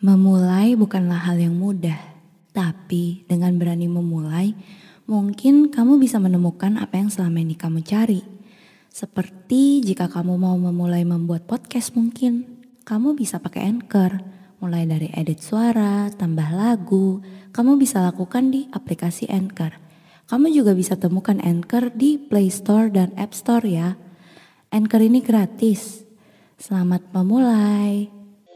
Memulai bukanlah hal yang mudah, tapi dengan berani memulai, mungkin kamu bisa menemukan apa yang selama ini kamu cari. Seperti jika kamu mau memulai membuat podcast mungkin, kamu bisa pakai Anchor. Mulai dari edit suara, tambah lagu, kamu bisa lakukan di aplikasi Anchor. Kamu juga bisa temukan Anchor di Play Store dan App Store ya. Anchor ini gratis. Selamat memulai.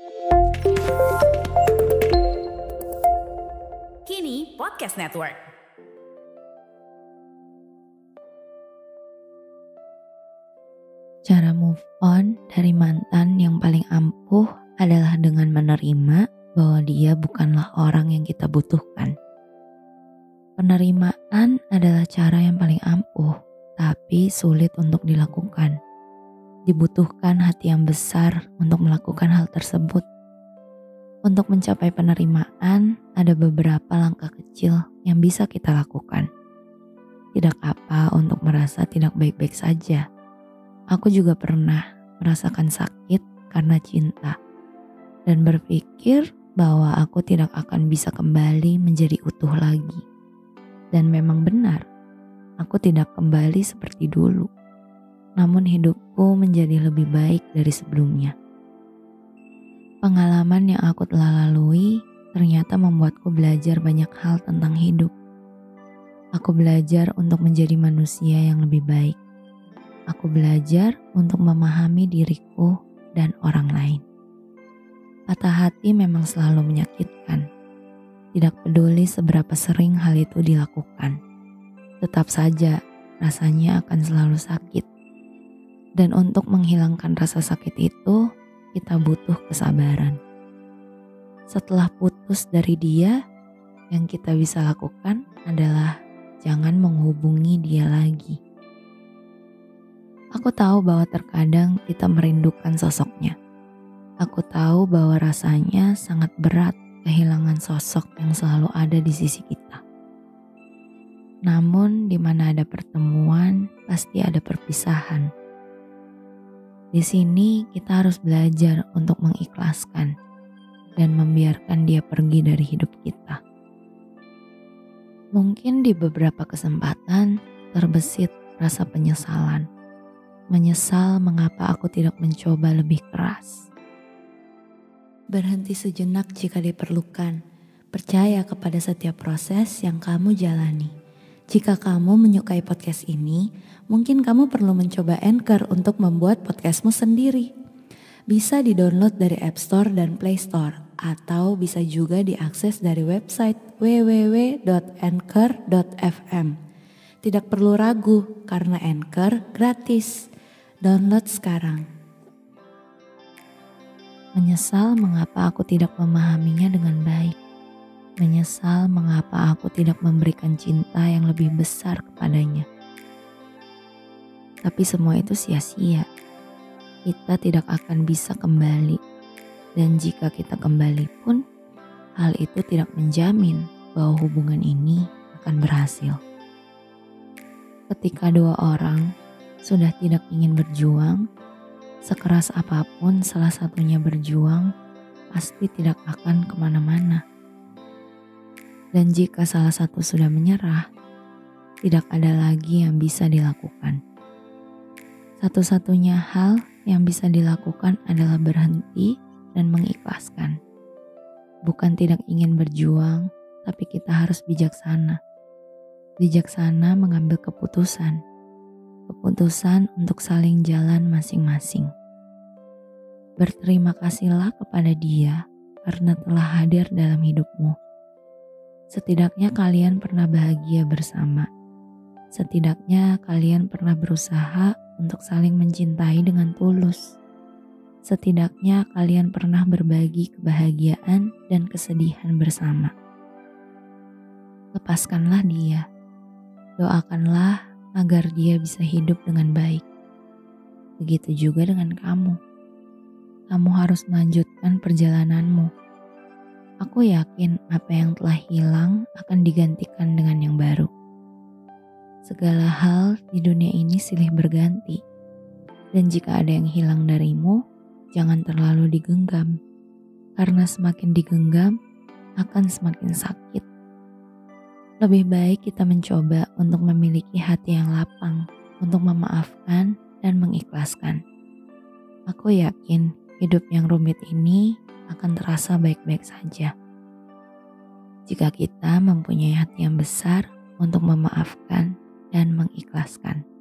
Kini Podcast Network. Cara move on dari mantan yang paling ampuh adalah dengan menerima bahwa dia bukanlah orang yang kita butuhkan. Penerimaan adalah cara yang paling ampuh, tapi sulit untuk dilakukan. Dibutuhkan hati yang besar untuk melakukan hal tersebut. Untuk mencapai penerimaan, ada beberapa langkah kecil yang bisa kita lakukan. Tidak apa untuk merasa tidak baik-baik saja. Aku juga pernah merasakan sakit karena cinta dan berpikir bahwa aku tidak akan bisa kembali menjadi utuh lagi. Dan memang benar, aku tidak kembali seperti dulu. Namun hidupku menjadi lebih baik dari sebelumnya. Pengalaman yang aku telah lalui ternyata membuatku belajar banyak hal tentang hidup. Aku belajar untuk menjadi manusia yang lebih baik. Aku belajar untuk memahami diriku dan orang lain. Patah hati memang selalu menyakitkan. Tidak peduli seberapa sering hal itu dilakukan. Tetap saja rasanya akan selalu sakit. Dan untuk menghilangkan rasa sakit itu, kita butuh kesabaran. Setelah putus dari dia, yang kita bisa lakukan adalah jangan menghubungi dia lagi. Aku tahu bahwa terkadang kita merindukan sosoknya. Aku tahu bahwa rasanya sangat berat kehilangan sosok yang selalu ada di sisi kita. Namun di mana ada pertemuan, pasti ada perpisahan. Di sini kita harus belajar untuk mengikhlaskan dan membiarkan dia pergi dari hidup kita. Mungkin di beberapa kesempatan terbesit rasa penyesalan. Menyesal mengapa aku tidak mencoba lebih keras. Berhenti sejenak jika diperlukan. Percaya kepada setiap proses yang kamu jalani. Jika kamu menyukai podcast ini, mungkin kamu perlu mencoba Anchor untuk membuat podcastmu sendiri. Bisa di-download dari App Store dan Play Store, atau bisa juga diakses dari website www.anchor.fm. Tidak perlu ragu, karena Anchor gratis. Download sekarang. Menyesal mengapa aku tidak memahaminya dengan baik. Menyesal mengapa aku tidak memberikan cinta yang lebih besar kepadanya. Tapi semua itu sia-sia. Kita tidak akan bisa kembali. Dan jika kita kembali pun, hal itu tidak menjamin bahwa hubungan ini akan berhasil. Ketika dua orang sudah tidak ingin berjuang, sekeras apapun salah satunya berjuang, pasti tidak akan kemana-mana. Dan jika salah satu sudah menyerah, tidak ada lagi yang bisa dilakukan. Satu-satunya hal yang bisa dilakukan adalah berhenti dan mengikhlaskan. Bukan tidak ingin berjuang, tapi kita harus bijaksana. Bijaksana mengambil keputusan untuk saling jalan masing-masing. Berterima kasihlah kepada dia karena telah hadir dalam hidupmu. Setidaknya kalian pernah bahagia bersama. Setidaknya kalian pernah berusaha untuk saling mencintai dengan tulus. Setidaknya kalian pernah berbagi kebahagiaan dan kesedihan bersama. Lepaskanlah dia. Doakanlah agar dia bisa hidup dengan baik. Begitu juga dengan kamu. Kamu harus melanjutkan perjalananmu. Aku yakin apa yang telah hilang akan digantikan dengan yang baru. Segala hal di dunia ini silih berganti. Dan jika ada yang hilang darimu, jangan terlalu digenggam. karena semakin digenggam akan semakin sakit. Lebih baik kita mencoba untuk memiliki hati yang lapang, untuk memaafkan dan mengikhlaskan. Aku yakin hidup yang rumit ini akan terasa baik-baik saja. Jika kita mempunyai hati yang besar untuk memaafkan dan mengikhlaskan.